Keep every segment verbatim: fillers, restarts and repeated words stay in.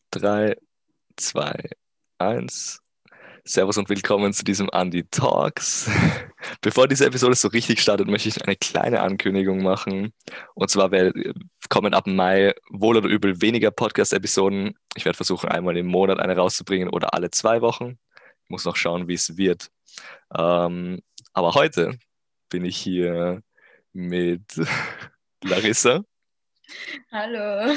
Drei, zwei, eins. Servus und willkommen zu diesem Andy Talks. Bevor diese Episode so richtig startet, möchte ich eine kleine Ankündigung machen. Und zwar wer- kommen ab Mai wohl oder übel weniger Podcast-Episoden. Ich werde versuchen, einmal im Monat eine rauszubringen oder alle zwei Wochen. Ich muss noch schauen, wie es wird. Ähm, aber heute bin ich hier mit Larissa. Hallo.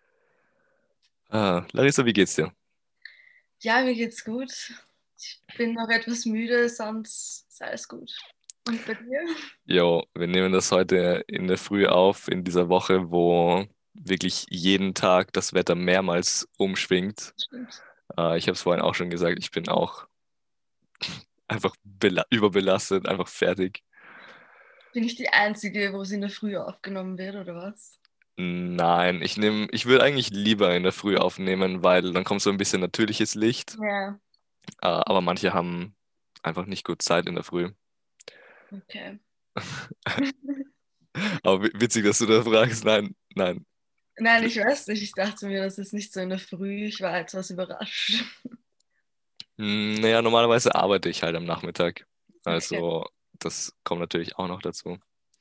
Ah, Larissa, wie geht's dir? Ja, mir geht's gut. Ich bin noch etwas müde, sonst ist alles gut. Und bei dir? Jo, wir nehmen das heute in der Früh auf, in dieser Woche, wo wirklich jeden Tag das Wetter mehrmals umschwingt. Stimmt. Äh, ich habe es vorhin auch schon gesagt, ich bin auch einfach bela überbelastet, einfach fertig. Bin ich die Einzige, wo sie in der Früh aufgenommen wird, oder was? Nein, ich nehme, ich würde eigentlich lieber in der Früh aufnehmen, weil dann kommt so ein bisschen natürliches Licht. Ja, Äh, aber manche haben einfach nicht gut Zeit in der Früh. okay. Aber wi- witzig, dass du da fragst. Nein, nein. Nein, ich weiß nicht. Ich dachte mir, das ist nicht so in der Früh. Ich war etwas überrascht. Hm, Naja, normalerweise arbeite ich halt am Nachmittag. Okay. Also, das kommt natürlich auch noch dazu.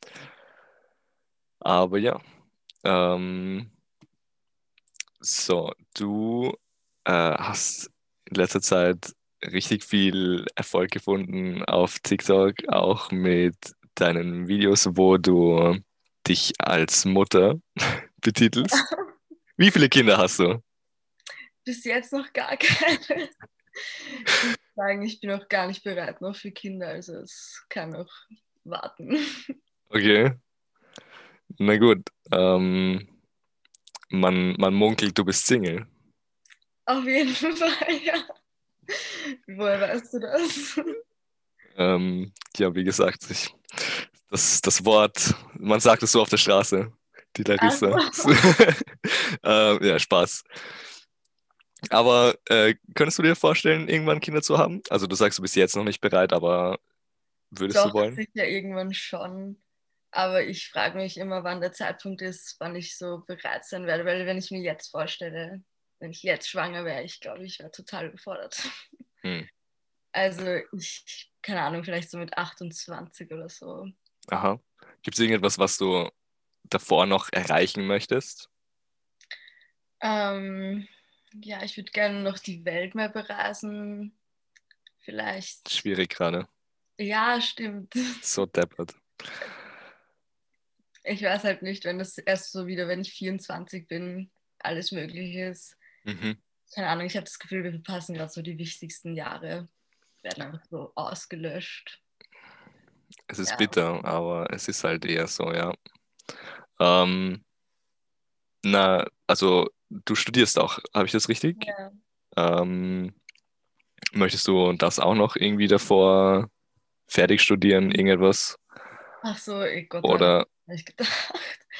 Aber ja, ähm, so, du äh, hast in letzter Zeit richtig viel Erfolg gefunden auf TikTok, auch mit deinen Videos, wo du dich als Mutter betitelst. Wie viele Kinder hast du? Bis jetzt noch gar keine. Ich muss sagen, ich bin noch gar nicht bereit noch für Kinder, also es kann noch warten. Okay, na gut. Ähm, man, man munkelt, du bist Single. Auf jeden Fall, ja. Woher weißt du das? Ähm, ja, wie gesagt, ich, das, das Wort, man sagt es so auf der Straße, die Larissa. Also, ähm, ja, Spaß. Aber äh, könntest du dir vorstellen, irgendwann Kinder zu haben? Also du sagst, du bist jetzt noch nicht bereit, aber würdest du doch, wollen? sicher irgendwann schon. Aber ich frage mich immer, wann der Zeitpunkt ist, wann ich so bereit sein werde. Weil wenn ich mir jetzt vorstelle, wenn ich jetzt schwanger wäre, ich glaube, ich wäre total überfordert. Hm. Also ich, keine Ahnung, vielleicht so mit achtundzwanzig oder so. Aha. Gibt es irgendetwas, was du davor noch erreichen möchtest? Ähm, ja, ich würde gerne noch die Welt mehr bereisen. Vielleicht. Schwierig gerade. Ja, stimmt. So deppert. Ich weiß halt nicht, wenn das erst so wieder, wenn ich vierundzwanzig bin, alles möglich ist. Mhm. Keine Ahnung, ich habe das Gefühl, wir verpassen gerade so die wichtigsten Jahre, werden einfach so ausgelöscht. Es ist Ja, bitter, aber es ist halt eher so, ja. Ähm, na, also du studierst auch, habe ich das richtig? ja. Ähm, Möchtest du das auch noch irgendwie davor fertig studieren, irgendetwas? Ach so, eh Gott, daran Oder habe ich gedacht.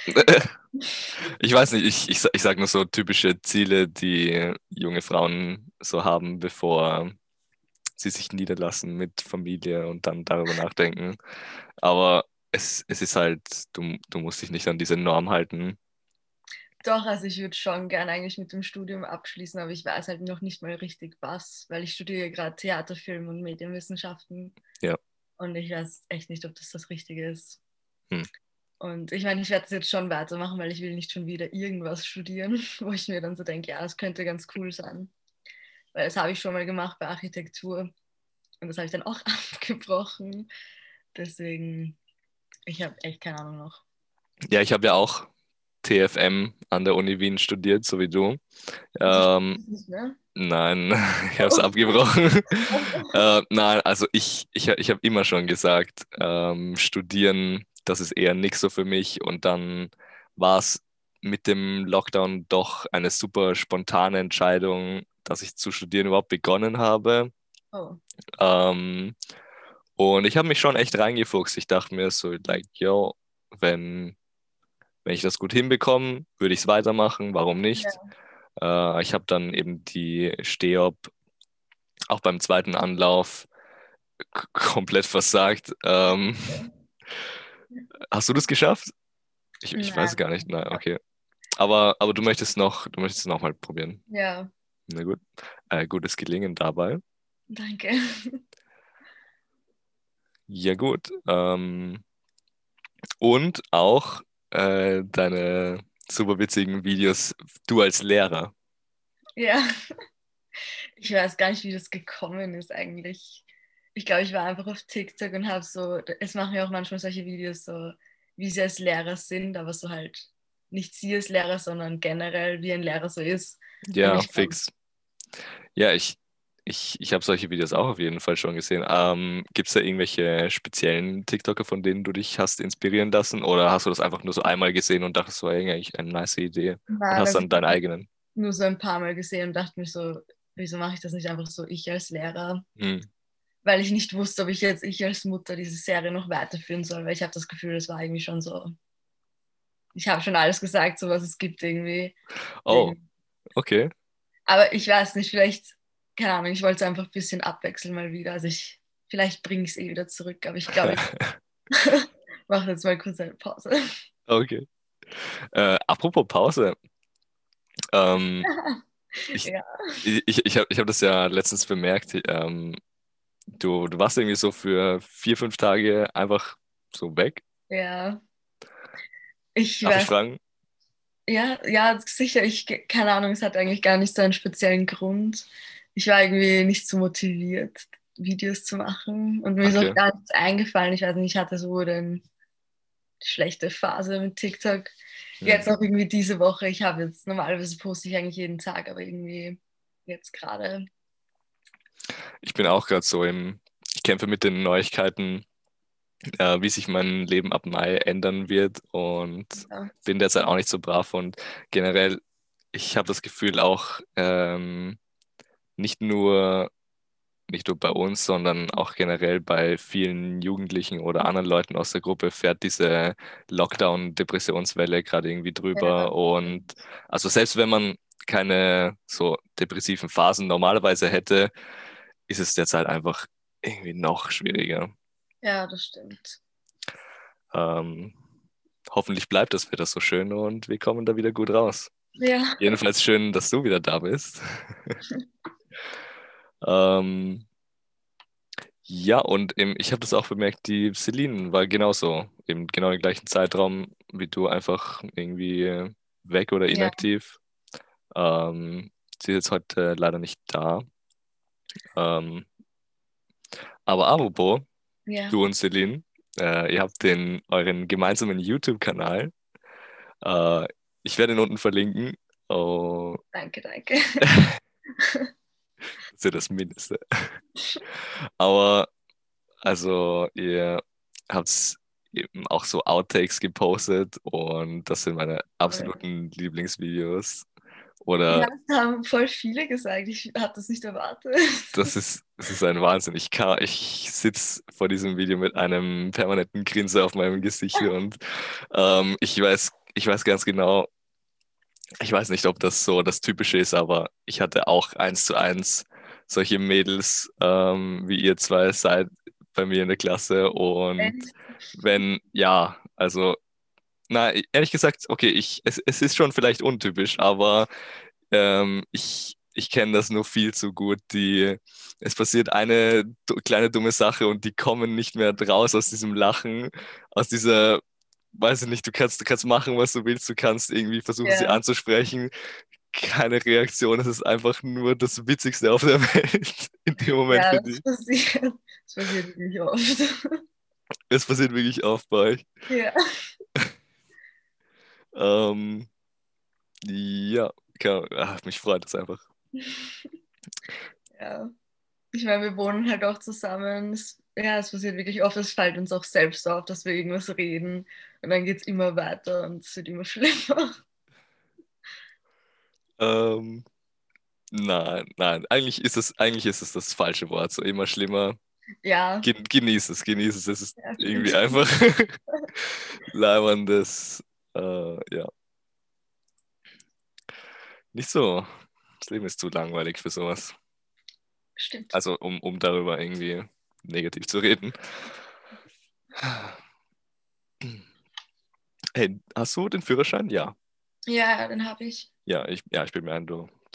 ich weiß nicht, ich, ich, sa- ich sage nur so typische Ziele, die junge Frauen so haben, bevor sie sich niederlassen mit Familie und dann darüber nachdenken. Aber es, es ist halt, du, du musst dich nicht an diese Norm halten. Doch, also ich würde schon gern eigentlich mit dem Studium abschließen, aber ich weiß halt noch nicht mal richtig was, weil ich studiere gerade Theater, Film und Medienwissenschaften Ja. und ich weiß echt nicht, ob das das Richtige ist. Hm. Und ich meine, ich werde es jetzt schon weitermachen, weil ich will nicht schon wieder irgendwas studieren, wo ich mir dann so denke, ja, das könnte ganz cool sein. Weil das habe ich schon mal gemacht bei Architektur und das habe ich dann auch abgebrochen. Deswegen, ich habe echt keine Ahnung noch. Ja, ich habe ja auch T F M an der Uni Wien studiert, so wie du. Also ich Ähm, weiß es nicht mehr. Nein, ich habe es Oh. abgebrochen. Äh, nein, also ich, ich, ich habe immer schon gesagt, ähm, studieren, das ist eher nichts so für mich. Und dann war es mit dem Lockdown doch eine super spontane Entscheidung, dass ich zu studieren überhaupt begonnen habe. Oh. Ähm, und ich habe mich schon echt reingefuchst. Ich dachte mir so, like, yo, wenn, wenn ich das gut hinbekomme, würde ich es weitermachen, warum nicht? Ja. Äh, ich habe dann eben die STEOP auch beim zweiten Anlauf k- komplett versagt. Ähm, hast du das geschafft? Ich, ich weiß Nein. gar nicht. Nein, okay. Aber, aber du möchtest noch, du möchtest es noch mal probieren. Ja. Na gut. Äh, gutes Gelingen dabei. Danke. Ja gut. Ähm, und auch äh, deine super witzigen Videos, du als Lehrer. Ja, ich weiß gar nicht, wie das gekommen ist eigentlich. Ich glaube, ich war einfach auf TikTok und habe so, es machen ja auch manchmal solche Videos so, wie sie als Lehrer sind, aber so halt nicht sie als Lehrer, sondern generell, wie ein Lehrer so ist. Und Ja, ich glaube, fix. Ja, ich, ich, ich habe solche Videos auch auf jeden Fall schon gesehen. Ähm, gibt es da irgendwelche speziellen TikToker, von denen du dich hast inspirieren lassen? Oder hast du das einfach nur so einmal gesehen und dachtest, so, ey, eigentlich eine nice Idee und nein, hast also dann ich deinen habe eigenen? nur so ein paar Mal gesehen und dachte mir so, wieso mache ich das nicht einfach so ich als Lehrer? Hm. Weil ich nicht wusste, ob ich jetzt ich als Mutter diese Serie noch weiterführen soll, weil ich habe das Gefühl, es war irgendwie schon so, ich habe schon alles gesagt, so was es gibt irgendwie. Oh, Deswegen. okay. Aber ich weiß nicht, vielleicht, keine Ahnung, ich wollte es einfach ein bisschen abwechseln mal wieder. Also ich, vielleicht bringe ich es eh wieder zurück, aber ich glaube, ich mache jetzt mal kurz eine Pause. Okay. Äh, apropos Pause. Ähm, ich Ja, ich, ich habe ich hab das ja letztens bemerkt. Ähm, du, du warst irgendwie so für vier, fünf Tage einfach so weg. ja. Ich Darf ich weiß, fragen? ja, ja, sicher, ich, keine Ahnung, es hat eigentlich gar nicht so einen speziellen Grund. Ich war irgendwie nicht so motiviert, Videos zu machen und mir ist auch Okay. gar nichts eingefallen. Ich weiß nicht, ich hatte so den schlechte Phase mit TikTok. Hm. Jetzt auch irgendwie diese Woche. Ich habe jetzt, normalerweise poste ich eigentlich jeden Tag, aber irgendwie jetzt gerade. Ich bin auch gerade so im, ich kämpfe mit den Neuigkeiten, äh, wie sich mein Leben ab Mai ändern wird und Ja, bin derzeit auch nicht so brav und generell, ich habe das Gefühl auch ähm, nicht nur nicht nur bei uns, sondern auch generell bei vielen Jugendlichen oder anderen Leuten aus der Gruppe fährt diese Lockdown-Depressionswelle gerade irgendwie ja, drüber. Und also selbst wenn man keine so depressiven Phasen normalerweise hätte, ist es derzeit einfach irgendwie noch schwieriger. ja, das stimmt. Ähm, hoffentlich bleibt das Wetter so schön und wir kommen da wieder gut raus. Ja, Jedenfalls schön, dass du wieder da bist. Ähm, Ja, und im, ich habe das auch bemerkt, die Celine war genauso, eben genau im gleichen Zeitraum wie du, einfach irgendwie äh, weg oder ja, inaktiv. Ähm, sie ist jetzt heute leider nicht da. Ähm, aber apropos, ja. du und Celine, äh, ihr habt den, euren gemeinsamen YouTube-Kanal. Äh, ich werde ihn unten verlinken. Oh, Danke, danke. das ist ja das Mindeste. Aber also ihr habt eben auch so Outtakes gepostet und das sind meine absoluten Lieblingsvideos. Ja, Oder das haben voll viele gesagt. Ich habe das nicht erwartet. das ist, das ist ein Wahnsinn. Ich kann, ich sitze vor diesem Video mit einem permanenten Grinsen auf meinem Gesicht und ähm, ich weiß, ich weiß ganz genau, ich weiß nicht, ob das so das Typische ist, aber ich hatte auch eins zu eins solche Mädels, ähm, wie ihr zwei seid bei mir in der Klasse und Echt? wenn, ja, also na, ehrlich gesagt, okay, ich, es, es ist schon vielleicht untypisch, aber ähm, ich, ich kenne das nur viel zu gut. Die, es passiert eine du- kleine dumme Sache und die kommen nicht mehr raus aus diesem Lachen, aus dieser, weiß ich nicht, du kannst, du kannst machen, was du willst, du kannst irgendwie versuchen, sie Ja, anzusprechen. Keine Reaktion, es ist einfach nur das Witzigste auf der Welt in dem Moment ja, für das die. passiert. Das passiert wirklich oft. Es passiert wirklich oft bei euch. Ja. Ähm, ja, kann, ach, mich freut es einfach. Ja. Ich meine, wir wohnen halt auch zusammen. Es, ja, es passiert wirklich oft, es fällt uns auch selbst auf, dass wir irgendwas reden. Und dann geht es immer weiter und es wird immer schlimmer. Ähm, nein, nein, eigentlich ist es, eigentlich ist es das falsche Wort. So immer schlimmer. Ja, Gen Genieß es, genieß es. Es ist ja, irgendwie stimmt. einfach leibendes, äh, ja, nicht so. Das Leben ist zu langweilig für sowas. Stimmt. Also, um, um darüber irgendwie negativ zu reden. Hey, hast du den Führerschein? Ja. Ja, den habe ich. Ja, ich, ja, ich bin mir ein, du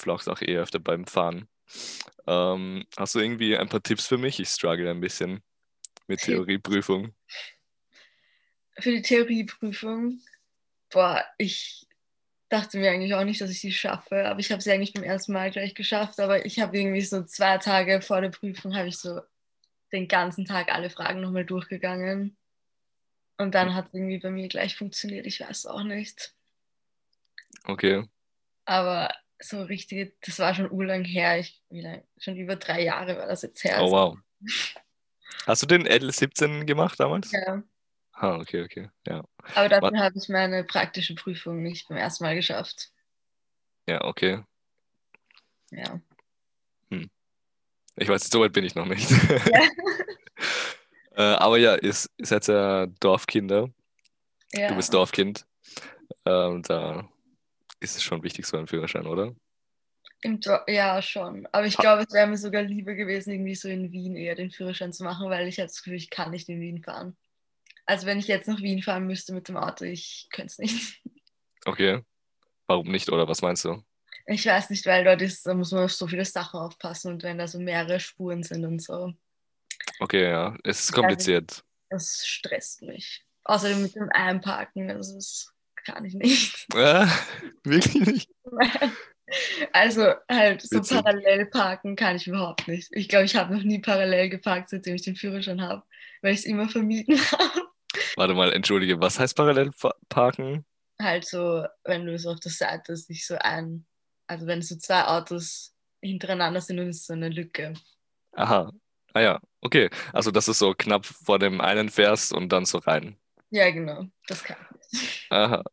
flacht auch eh öfter beim Fahren. Ähm, hast du irgendwie ein paar Tipps für mich? Ich struggle ein bisschen mit Theorieprüfung. Für die Theorieprüfung, boah, ich dachte mir eigentlich auch nicht, dass ich die schaffe, aber ich habe sie eigentlich beim ersten Mal gleich geschafft, aber ich habe irgendwie so zwei Tage vor der Prüfung, habe ich so den ganzen Tag alle Fragen nochmal durchgegangen und dann hat es irgendwie bei mir gleich funktioniert, ich weiß auch nicht. Okay. Aber so richtig, das war schon urlang her, ich, wie lang, schon über drei Jahre war das jetzt her. Oh Also, wow. Hast du den L siebzehn gemacht damals? ja. Ah, okay, okay. Ja. Aber Wa- dafür habe ich meine praktische Prüfung nicht beim ersten Mal geschafft. Ja, okay. Ja. Hm. Ich weiß, so weit bin ich noch nicht. Ja. Äh, aber ja, ist, ist jetzt ja Dorfkinder. Du Ja. bist Dorfkind. Ähm, da ist es schon wichtig, so ein Führerschein, oder? Im Do ja, schon. Aber ich Ha glaube, es wäre mir sogar lieber gewesen, irgendwie so in Wien eher den Führerschein zu machen, weil ich habe das Gefühl, ich kann nicht in Wien fahren. Also wenn ich jetzt nach Wien fahren müsste mit dem Auto, ich könnte es nicht. Okay. Warum nicht, oder was meinst du? Ich weiß nicht, weil dort ist, da muss man auf so viele Sachen aufpassen und wenn da so mehrere Spuren sind und so. Okay, ja, es ist Ich weiß nicht, kompliziert. das stresst mich. Außerdem mit dem Einparken, das ist, kann ich nicht. Äh, wirklich nicht? Also halt so Witzig. parallel parken kann ich überhaupt nicht. Ich glaube, ich habe noch nie parallel geparkt, seitdem ich den Führerschein habe, weil ich es immer vermieden habe. Warte mal, entschuldige, was heißt parallel fa- parken? Halt so, wenn du so auf der Seite sich so ein, also wenn so zwei Autos hintereinander sind und es ist so eine Lücke. Aha. Ah ja, okay. Also, dass du so knapp vor dem einen fährst und dann so rein. Ja, genau, das kann ich nicht. Aha.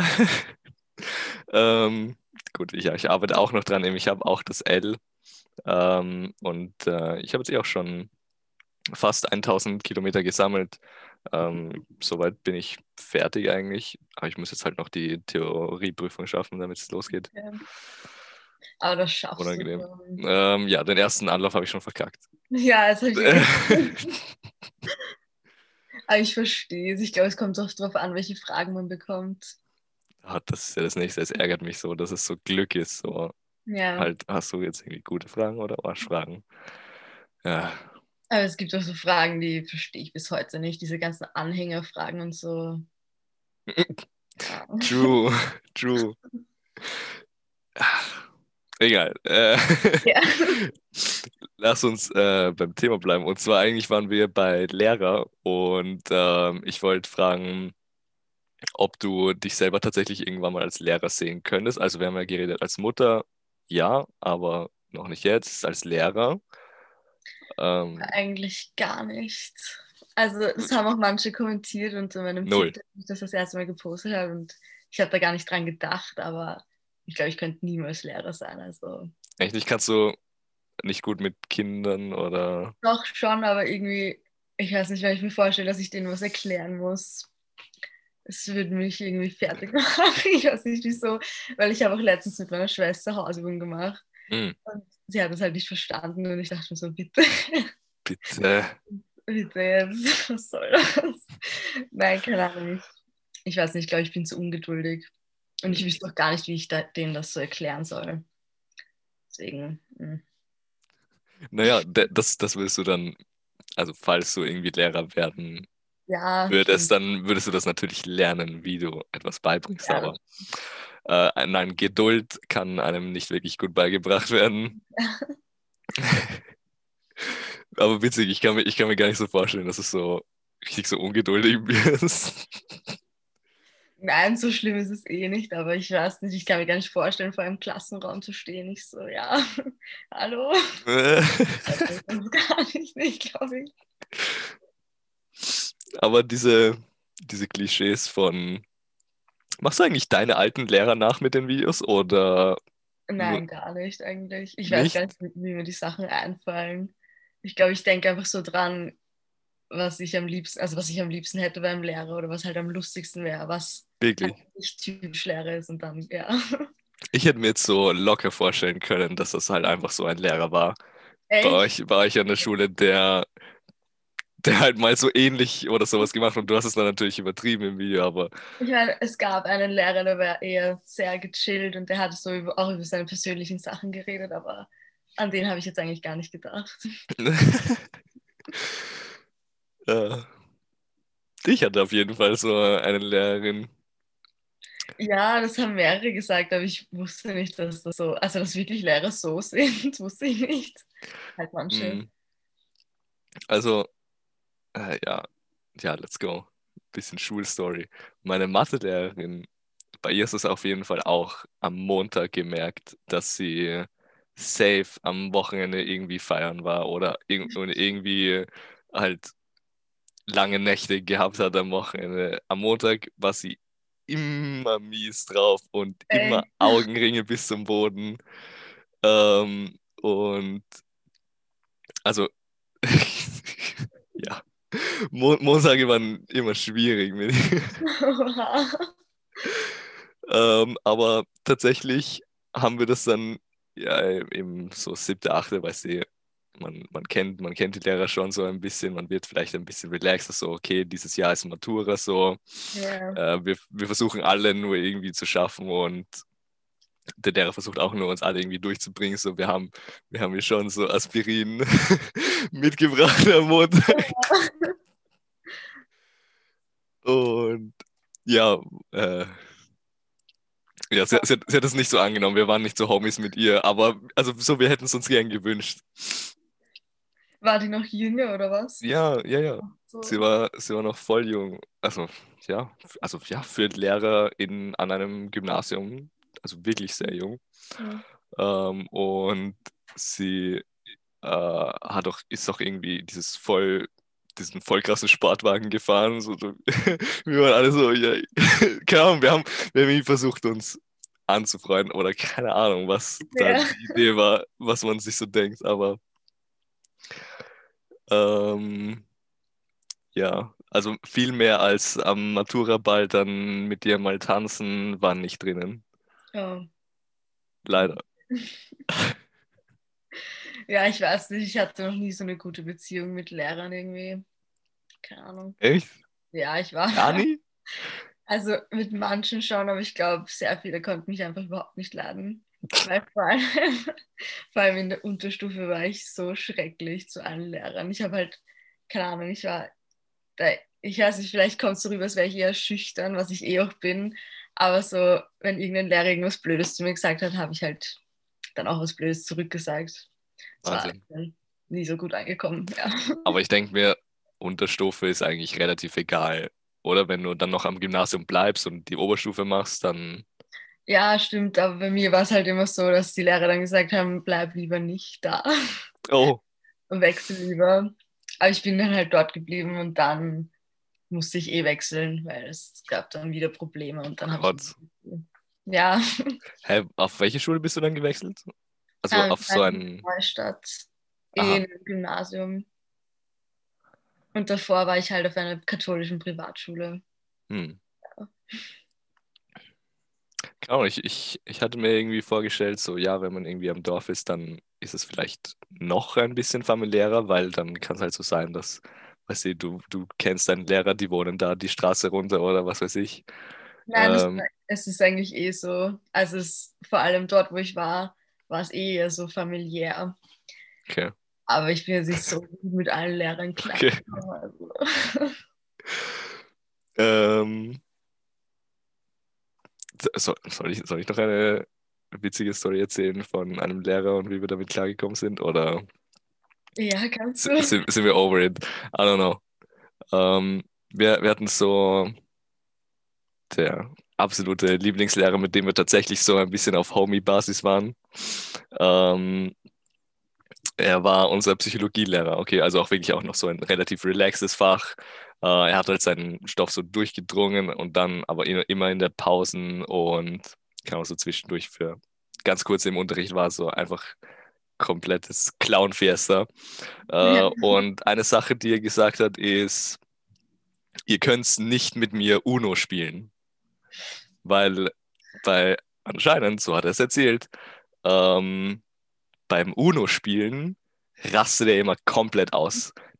ähm, gut, ich, ja, ich arbeite auch noch dran. Ich habe auch das L. Ähm, und äh, ich habe jetzt eh auch schon fast tausend Kilometer gesammelt. Ähm, soweit bin ich fertig eigentlich. Aber ich muss jetzt halt noch die Theorieprüfung schaffen, damit es losgeht. Ja. Aber das schaffst du Unangenehm. schon. Ähm, ja, den ersten Anlauf habe ich schon verkackt. Ja, das habe ich ja gedacht. Aber ich verstehe es. Ich glaube, es kommt auch darauf an, welche Fragen man bekommt. Ah, das ist ja das Nächste. Es ärgert mich so, dass es so Glück ist. So, Ja, halt, hast du jetzt irgendwie gute Fragen oder Arschfragen? Ja. aber es gibt auch so Fragen, die verstehe ich bis heute nicht. Diese ganzen Anhängerfragen und so. Ja. True, true. Ach, egal. Äh, Ja. lass uns äh, beim Thema bleiben. Und zwar eigentlich waren wir bei Lehrer und ähm, ich wollte fragen, ob du dich selber tatsächlich irgendwann mal als Lehrer sehen könntest. Also wir haben ja geredet als Mutter, ja, aber noch nicht jetzt, als Lehrer. Ähm, Eigentlich gar nicht. Also, das haben auch manche kommentiert unter meinem null. TikTok, wie ich das das erste Mal gepostet habe. Und ich habe da gar nicht dran gedacht, aber ich glaube, ich könnte niemals Lehrer sein. Also, Echt nicht? Kannst du nicht gut mit Kindern oder... doch schon, aber irgendwie, ich weiß nicht, wenn ich mir vorstelle, dass ich denen was erklären muss. Es würde mich irgendwie fertig machen. Ich weiß nicht wieso, weil ich habe auch letztens mit meiner Schwester Hausübungen gemacht Hm, und sie hat das halt nicht verstanden und ich dachte mir so, bitte, bitte. bitte jetzt, was soll das? Nein, keine Ahnung. Ich, ich weiß nicht, ich glaube, ich bin zu ungeduldig und ich wüsste auch gar nicht, wie ich da, denen das so erklären soll. Deswegen, mh. Naja, de- das, das willst du dann, also falls du irgendwie Lehrer werden Ja, würdest, stimmt. dann würdest du das natürlich lernen, wie du etwas beibringst. Ja, das, Aber äh, nein, Geduld kann einem nicht wirklich gut beigebracht werden. Aber witzig, ich kann mir, ich kann mir gar nicht so vorstellen, dass es so richtig so ungeduldig wirst. nein, so schlimm ist es eh nicht, aber ich weiß nicht, ich kann mir gar nicht vorstellen, vor einem Klassenraum zu stehen. Ich so, ja, hallo? Also, das kann ich nicht, glaube ich. Aber diese, diese Klischees von, machst du eigentlich deine alten Lehrer nach mit den Videos oder nur Nein, gar nicht eigentlich. Ich weiß gar nicht? nicht, wie wie mir die Sachen einfallen. Ich glaube, ich denke einfach so dran, was ich am liebsten, also was ich am liebsten hätte beim Lehrer oder was halt am lustigsten wäre, was halt Wirklich? nicht typisch Lehrer ist und dann, ja. Ich hätte mir jetzt so locker vorstellen können, dass das halt einfach so ein Lehrer war bei Echt? euch, bei euch an der Schule, der der halt mal so ähnlich oder sowas gemacht und du hast es dann natürlich übertrieben im Video, aber Ich meine, es gab einen Lehrer, der war eher sehr gechillt und der hat so über, auch über seine persönlichen Sachen geredet, aber an den habe ich jetzt eigentlich gar nicht gedacht. ja. Ich hatte auf jeden Fall so eine Lehrerin. Ja, das haben mehrere gesagt, aber ich wusste nicht, dass das so, also dass wirklich Lehrer so sind, wusste ich nicht. Halt manche. hm, Also, äh, ja, ja, let's go. Bisschen Schulstory. Meine Mathelehrerin, bei ihr ist es auf jeden Fall auch am Montag gemerkt, dass sie safe am Wochenende irgendwie feiern war oder irg und irgendwie halt lange Nächte gehabt hat am Wochenende. Am Montag war sie immer mies drauf und immer Ey. Augenringe bis zum Boden. Ähm, und also, ja, Mo Montage waren immer schwierig mit ihr. Ähm, aber tatsächlich haben wir das dann ja eben so siebte, achte, weißt du, man, man kennt, man kennt die Lehrer schon so ein bisschen, man wird vielleicht ein bisschen relaxer, so, okay, dieses Jahr ist Matura, so, Ja. äh, wir, wir versuchen alle nur irgendwie zu schaffen und der Lehrer versucht auch nur uns alle irgendwie durchzubringen, so, wir haben, wir haben hier schon so Aspirin mitgebracht am Montag und ja, äh, ja, sie, sie, hat- sie hat es nicht so angenommen. Wir waren nicht so Homies mit ihr, aber also so, wir hätten es uns gern gewünscht. War die noch jünger oder was? Ja, ja, ja. Sie So. war, sie war noch voll jung. Also, ja, f- also ja, für Lehrer in, an einem Gymnasium, also wirklich sehr jung. Ja. Ähm, und sie äh, hat auch, ist auch irgendwie dieses voll, diesen voll krassen Sportwagen gefahren. So, so, wir waren alle so, ja, keine Ahnung, wir haben, wir haben irgendwie versucht, uns anzufreunden oder keine Ahnung, was da Ja. die Idee war, was man sich so denkt, aber ähm, ja, also viel mehr als am Matura-Ball dann mit dir mal tanzen, war nicht drinnen. Oh. Leider. Ja, ich weiß nicht, ich hatte noch nie so eine gute Beziehung mit Lehrern irgendwie. Keine Ahnung. Echt? Ja, ich war. Gar nie? Also mit manchen schon, aber ich glaube, sehr viele konnten mich einfach überhaupt nicht leiden. Weil vor allem, vor allem in der Unterstufe war ich so schrecklich zu allen Lehrern. Ich habe halt, keine Ahnung, ich war, da, ich weiß nicht, vielleicht kommt es so rüber, als wäre ich eher schüchtern, was ich eh auch bin. Aber so, wenn irgendein Lehrer irgendwas Blödes zu mir gesagt hat, habe ich halt dann auch was Blödes zurückgesagt. Es war Wahnsinn. halt nie so gut angekommen, ja. Aber ich denke mir, Unterstufe ist eigentlich relativ egal. Oder wenn du dann noch am Gymnasium bleibst und die Oberstufe machst, dann. Ja, stimmt, aber bei mir war es halt immer so, dass die Lehrer dann gesagt haben, bleib lieber nicht da Oh, und wechsel lieber. Aber ich bin dann halt dort geblieben und dann musste ich eh wechseln, weil es gab dann wieder Probleme und oh dann habe ich Gott. ja, Hä, auf welche Schule bist du dann gewechselt? Also ähm, auf so ein. Neustadt eh Aha. in einem Gymnasium. Und davor war ich halt auf einer katholischen Privatschule. Hm. Keine Ahnung, ich, ich, ich hatte mir irgendwie vorgestellt, so ja, wenn man irgendwie am Dorf ist, dann ist es vielleicht noch ein bisschen familiärer, weil dann kann es halt so sein, dass, weißt du, du, du kennst deinen Lehrer, die wohnen da die Straße runter oder was weiß ich. Nein, das, Ähm, es ist eigentlich eh so. Also es, vor allem dort, wo ich war, war es eh eher so familiär. okay, Aber ich bin jetzt nicht so gut mit allen Lehrern okay. klargekommen. Also. Ähm, so, soll ich, soll ich noch eine witzige Story erzählen von einem Lehrer und wie wir damit klargekommen sind? Oder Ja, kannst si- du? sind, sind wir over it? I don't know. Ähm, wir, wir hatten so der absolute Lieblingslehrer, mit dem wir tatsächlich so ein bisschen auf Homie-Basis waren. Ähm, Er war unser Psychologielehrer, okay, also auch wirklich auch noch so ein relativ relaxes Fach. Äh, er hat halt seinen Stoff so durchgedrungen und dann aber i- immer in der Pausen und kann auch so zwischendurch für ganz kurz im Unterricht war es so einfach komplettes Clown-Fiesta. Ja. Äh, und eine Sache, die er gesagt hat, ist, ihr könnt nicht mit mir Uno spielen, weil, weil anscheinend, so hat er es erzählt, ähm, beim Uno-Spielen rastet er immer komplett aus.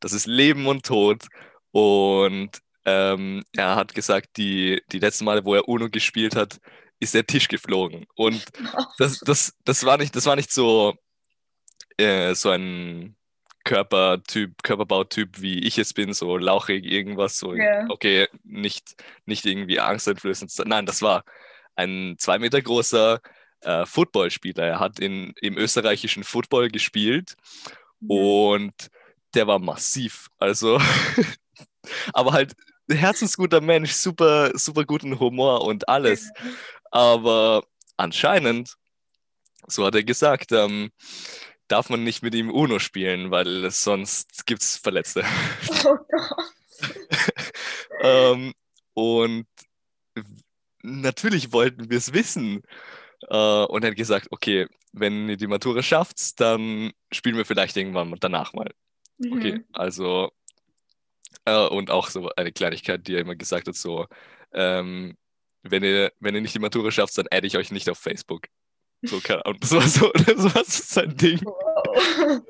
das ist Leben und Tod. Und ähm, er hat gesagt, die, die letzten Male, wo er Uno gespielt hat, ist der Tisch geflogen. Und das, das, das war nicht, das war nicht so, äh, so ein Körpertyp, Körperbautyp, wie ich es bin, so lauchig, irgendwas, so, Ja. okay, nicht, nicht irgendwie angsteinflößend. Nein, das war ein zwei Meter großer äh, Footballspieler. Er hat in, im österreichischen Football gespielt Mhm. und der war massiv. Also, aber halt ein herzensguter Mensch, super, super guten Humor und alles. Ja. Aber anscheinend, so hat er gesagt, ähm, darf man nicht mit ihm Uno spielen, weil sonst gibt es Verletzte. Oh Gott. ähm, und natürlich wollten wir es wissen. Äh, und er hat gesagt, okay, wenn ihr die Matura schafft, dann spielen wir vielleicht irgendwann danach mal. Okay, Mhm. also, äh, und auch so eine Kleinigkeit, die er immer gesagt hat, so, ähm, wenn ihr, wenn ihr nicht die Matura schafft, dann adde ich euch nicht auf Facebook. So, keine Ahnung, das war so, das war so sein Ding. Wow.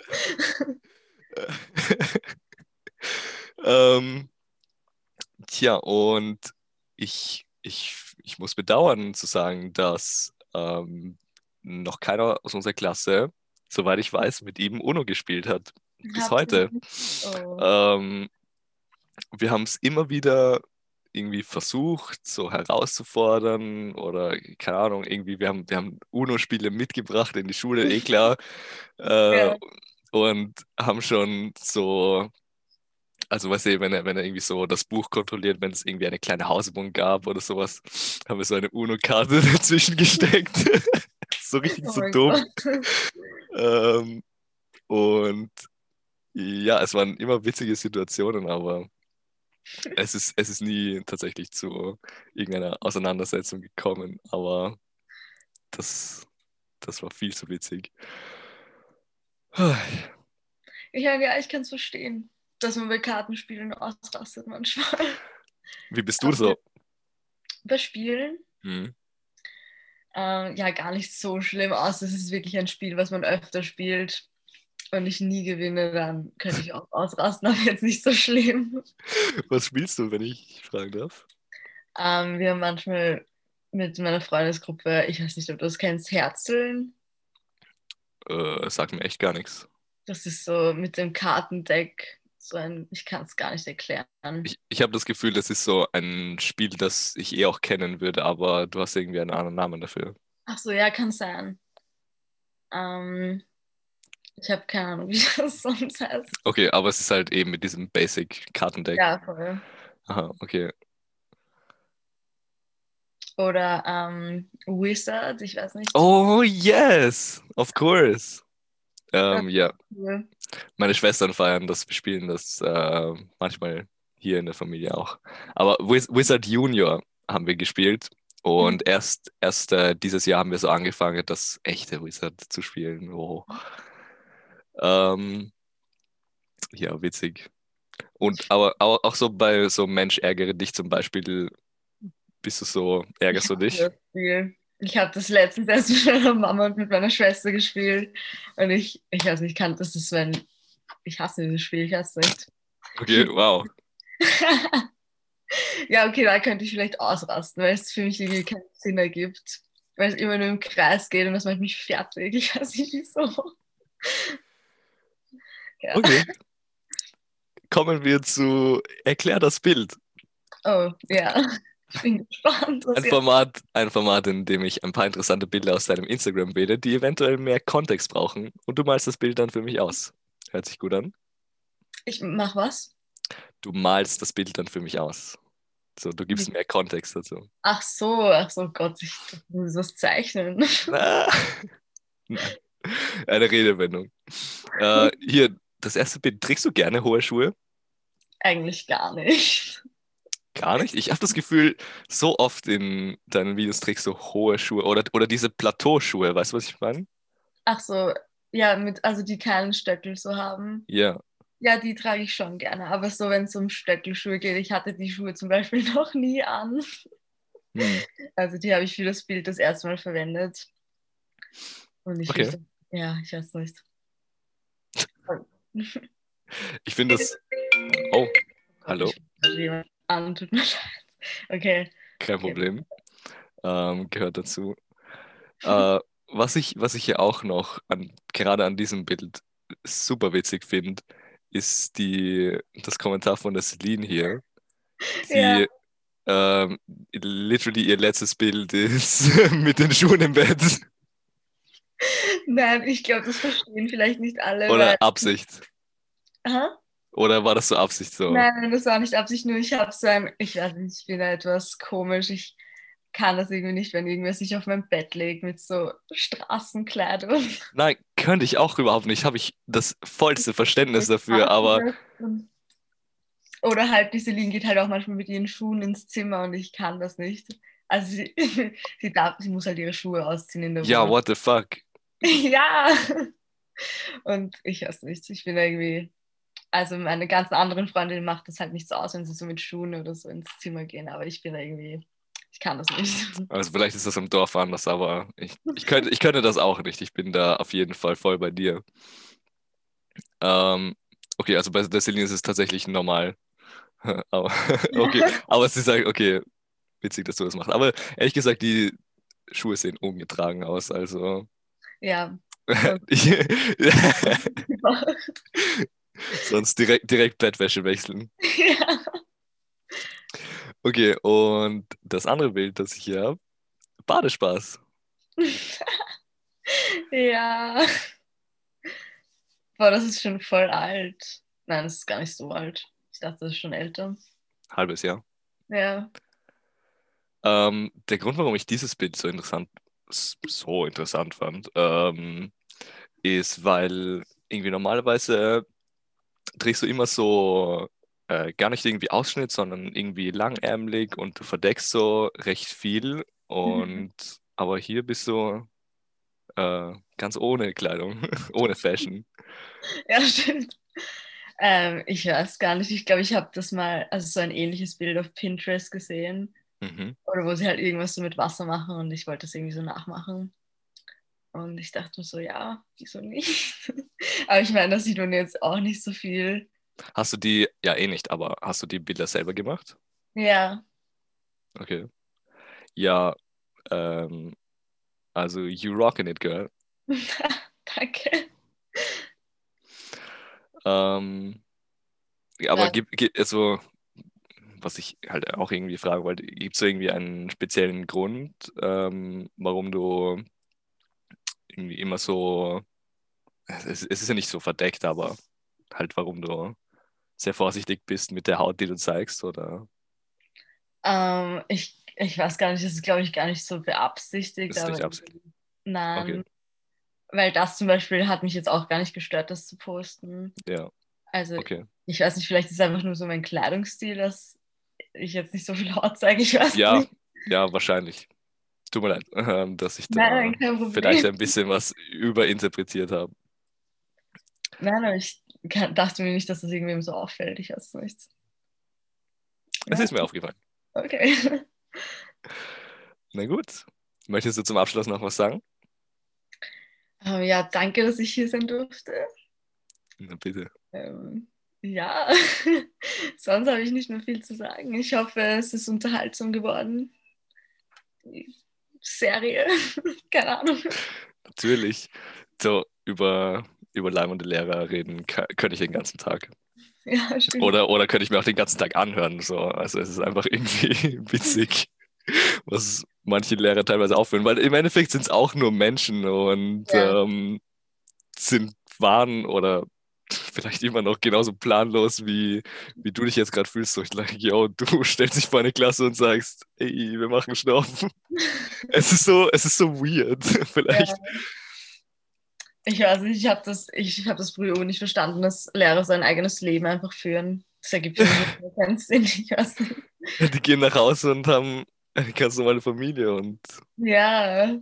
ähm, tja, und ich, ich, ich muss bedauern zu sagen, dass ähm, noch keiner aus unserer Klasse, soweit ich weiß, mit ihm Uno gespielt hat. Bis Habt ihr heute. nicht? Oh. Ähm, wir haben es immer wieder irgendwie versucht, so herauszufordern oder keine Ahnung, irgendwie, wir haben, wir haben Uno-Spiele mitgebracht in die Schule, eh klar, äh, Ja. und haben schon so, also weißt du, wenn er, wenn er irgendwie so das Buch kontrolliert, wenn es irgendwie eine kleine Hausübung gab oder sowas, haben wir so eine Uno-Karte dazwischen gesteckt. So richtig Oh so mein dumm. Gott. Ähm, und ja, es waren immer witzige Situationen, aber es ist, es ist nie tatsächlich zu irgendeiner Auseinandersetzung gekommen. Aber das, das war viel zu witzig. Ja, ja, ich kann es verstehen, dass man bei Kartenspielen ausrastet manchmal. Wie bist du Aber so? bei Spielen, Hm. ähm, ja, gar nicht so schlimm aus. Das ist wirklich ein Spiel, was man öfter spielt und ich nie gewinne, dann könnte ich auch ausrasten, aber jetzt nicht so schlimm. Was spielst du, wenn ich fragen darf? Ähm, wir haben manchmal mit meiner Freundesgruppe, ich weiß nicht, ob du das kennst, Herzeln. Äh, sagt mir echt gar nichts. Das ist so mit dem Kartendeck, so ein, ich kann es gar nicht erklären. Ich, ich habe das Gefühl, das ist so ein Spiel, das ich eh auch kennen würde, aber du hast irgendwie einen anderen Namen dafür. Ach so, ja, kann sein. Ähm, ich habe keine Ahnung, wie das sonst heißt. Okay, aber es ist halt eben mit diesem Basic-Kartendeck. Ja, voll. Aha, okay. Oder ähm, Wizard, ich weiß nicht. Oh, yes! Of course! Äh, Ähm, ja, cool. meine Schwestern feiern das, wir spielen das äh, manchmal hier in der Familie auch. Aber Wiz Wizard Junior haben wir gespielt Mhm. und erst, erst äh, dieses Jahr haben wir so angefangen, das echte Wizard zu spielen. Oh. Ähm, ja, witzig. Und aber auch, auch so bei so Mensch ärgere dich zum Beispiel, bist du so, Ich ärgerst du hasse dich? das Spiel. Ich habe das letztens erst mit meiner Mama und mit meiner Schwester gespielt. Und ich, ich weiß nicht, kann, das ist so ein, ich hasse dieses Spiel, ich hasse es nicht. Okay, wow. Ja, okay, da könnte ich vielleicht ausrasten, weil es für mich irgendwie keinen Sinn ergibt. Weil es immer nur im Kreis geht und das macht mich fertig. Ich weiß nicht wieso. Ja. Okay, kommen wir zu Erklär das Bild. Oh, ja. Ich bin gespannt, was Ein jetzt. Format, ein Format, in dem ich ein paar interessante Bilder aus deinem Instagram wähle, die eventuell mehr Kontext brauchen und du malst das Bild dann für mich aus. Hört sich gut an. Ich mach was? Du malst das Bild dann für mich aus. So, du gibst mehr Kontext dazu. Ach so, ach so, Gott, ich muss was zeichnen. Na, nein, eine Redewendung. Äh, hier, das erste Bild. Trägst du gerne hohe Schuhe? Eigentlich gar nicht. Gar nicht. Ich habe das Gefühl, so oft in deinen Videos trägst du hohe Schuhe oder, oder diese Plateauschuhe. Weißt du, was ich meine? Ach so, ja, mit, also die keinen Stöckel so haben. Ja. Ja, die trage ich schon gerne. Aber so, wenn es um Stöckelschuhe geht, ich hatte die Schuhe zum Beispiel noch nie an. Hm. Also die habe ich für das Bild das erste Mal verwendet. Und ich Okay. finde, ja, ich weiß nicht. Ich finde das. Oh, Gott, hallo, ich rufe jemand an, tut mir leid. Okay, kein okay. Problem. Ähm, gehört dazu. Äh, was ich, was ich hier auch noch an, gerade an diesem Bild super witzig finde, ist die, das Kommentar von der Celine hier, Ja, die ähm, literally ihr letztes Bild ist mit den Schuhen im Bett. nein, ich glaube, das verstehen vielleicht nicht alle, weil. Oder Absicht. Aha. Oder war das so Absicht so? Nein, nein, das war nicht Absicht, nur ich habe so ein, ich weiß nicht, ich bin da etwas komisch. Ich kann das irgendwie nicht, wenn irgendwer sich auf mein Bett legt mit so Straßenkleidung. Nein, könnte ich auch überhaupt nicht. Habe ich das vollste Verständnis Ich dafür, hasse aber das. Und- Oder halt, die Celine geht halt auch manchmal mit ihren Schuhen ins Zimmer und ich kann das nicht. Also sie, sie darf, sie muss halt ihre Schuhe ausziehen in der ja, Wohnung. what the fuck? Ja. Und ich weiß nicht, ich bin irgendwie, also meine ganzen anderen Freundinnen macht das halt nicht so aus, wenn sie so mit Schuhen oder so ins Zimmer gehen, aber ich bin da irgendwie, ich kann das nicht. Also vielleicht ist das im Dorf anders, aber ich, ich könnte, ich könnte das auch nicht. Ich bin da auf jeden Fall voll bei dir. Ähm, okay, also bei der Celine ist es tatsächlich normal. Aber okay, aber sie sagt, okay, witzig, dass du das machst. Aber ehrlich gesagt, die Schuhe sehen ungetragen aus, also Ja, sonst, ich, sonst direkt, direkt Bettwäsche wechseln. ja. Okay, und das andere Bild, das ich hier habe, Badespaß. Ja. Boah, das ist schon voll alt. Nein, das ist gar nicht so alt. Ich dachte, das ist schon älter. Halbes Jahr. Ja. Ähm, der Grund, warum ich dieses Bild so interessant, so interessant fand, ähm, ist, weil irgendwie normalerweise trägst du immer so äh, gar nicht irgendwie Ausschnitt, sondern irgendwie langärmelig und du verdeckst so recht viel. Und aber hier bist du äh, ganz ohne Kleidung, ohne Fashion. Ja, stimmt. Ähm, ich weiß gar nicht. Ich glaube, ich habe das mal, also so ein ähnliches Bild auf Pinterest gesehen. Mhm. Oder wo sie halt irgendwas so mit Wasser machen und ich wollte das irgendwie so nachmachen. Und ich dachte mir so, ja, wieso nicht? Aber ich meine, das sieht man jetzt auch nicht so viel. Hast du die, ja eh nicht, aber hast du die Bilder selber gemacht? Ja. Okay. Ja, ähm, also you rockin' it, girl. Danke. Ähm, ja, aber Nein. gibt, gibt, also, was ich halt auch irgendwie fragen wollte, gibt es so irgendwie einen speziellen Grund, ähm, warum du irgendwie immer so, es, es ist ja nicht so verdeckt, aber halt warum du sehr vorsichtig bist mit der Haut, die du zeigst, oder Ähm, ich, ich weiß gar nicht, das ist, glaube ich, gar nicht so beabsichtigt, ist es aber nicht absichtlich? Okay, nein, weil das zum Beispiel hat mich jetzt auch gar nicht gestört, das zu posten. ja, Also okay. ich weiß nicht, vielleicht ist es einfach nur so mein Kleidungsstil, dass ich jetzt nicht so viel Haut zeige, ich weiß Ja, nicht. ja, wahrscheinlich. Tut mir leid, ähm, dass ich Nein, nein, da kein vielleicht Problem. ein bisschen was überinterpretiert habe. Nein, aber ich kann, dachte mir nicht, dass das irgendwem so auffällt, ich weiß es nicht. Es Ja, ist mir aufgefallen. okay. Na gut. Möchtest du zum Abschluss noch was sagen? Ähm, ja, danke, dass ich hier sein durfte. Na bitte. Ähm, ja, sonst habe ich nicht mehr viel zu sagen. Ich hoffe, es ist unterhaltsam geworden. Die Serie, keine Ahnung. Natürlich. So, über, über leibende Lehrer reden ka- könnte ich den ganzen Tag. Ja, stimmt. Oder, oder könnte ich mir auch den ganzen Tag anhören. So. Also es ist einfach irgendwie witzig, was manche Lehrer teilweise aufführen. Weil im Endeffekt sind es auch nur Menschen und Ja. ähm, sind, waren oder vielleicht immer noch genauso planlos, wie, wie du dich jetzt gerade fühlst. So, ich like, yo, du stellst dich vor eine Klasse und sagst, ey, wir machen Stopp. Es ist so, es ist so weird. Vielleicht. Ja. Ich weiß nicht, ich habe das, ich hab das früher auch nicht verstanden, dass Lehrer sein eigenes Leben einfach führen. Das ergibt für mich überhaupt keinen Sinn, ich weiß nicht. Die gehen nach Hause und haben eine ganz normale Familie und Ja,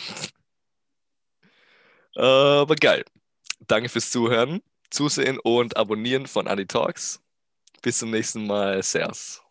äh, aber geil. Danke fürs Zuhören, Zusehen und Abonnieren von Andy Talks. Bis zum nächsten Mal. Servus.